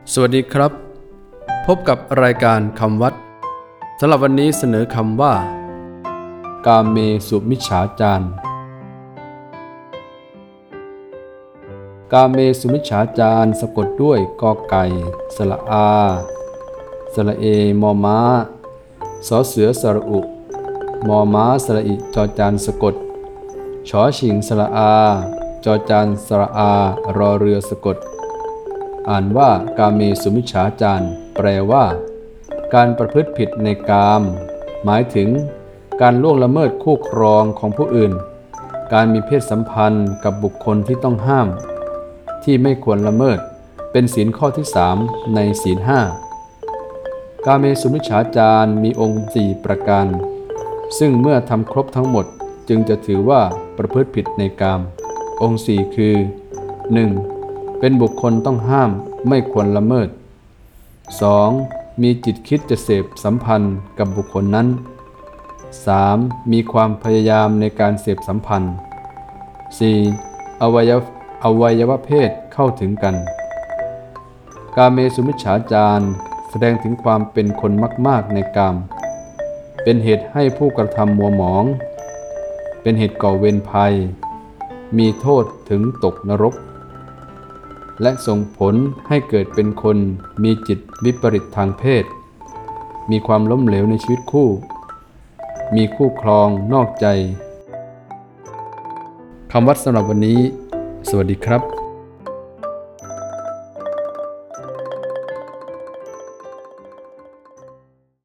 สวัสดีครับพบกับรายการคำวัดสำหรับวันนี้เสนอคำว่ากาเมสุมิจฉาจารกาเมสุมิจฉาจารสะกดด้วยกอไก่สระอาสระเอมอม้าสอเสือสระอุมอม้าสระอิจอจานสะกดชอชิงสระอาจอจานสระอารอเรือสะกดอ่านว่ากาเมสุมิจฉาจารแปลว่าการประพฤติผิดในกามหมายถึงการล่วงละเมิดคู่ครองของผู้อื่นการมีเพศสัมพันธ์กับบุคคลที่ต้องห้ามที่ไม่ควรละเมิดเป็นศีลข้อที่3ในศีล5กาเมสุมิจฉาจารมีองค์4ประการซึ่งเมื่อทำครบทั้งหมดจึงจะถือว่าประพฤติผิดในกามองค์4คือ 1. เป็นบุคคลต้องห้ามไม่ควรละเมิด 2. มีจิตคิดจะเสพสัมพันธ์กับบุคคลนั้น 3. มีความพยายามในการเสพสัมพันธ์ 4. อวัยวะเพศเข้าถึงกันกาเมสุมิจฉาจารแสดงถึงความเป็นคนมากๆในกามเป็นเหตุให้ผู้กระทำมัวหมองเป็นเหตุก่อเวรภัยมีโทษถึงตกนรกและส่งผลให้เกิดเป็นคนมีจิตวิปริตทางเพศมีความล้มเหลวในชีวิตคู่มีคู่ครองนอกใจคำวัดสำหรับวันนี้สวัสดีครับ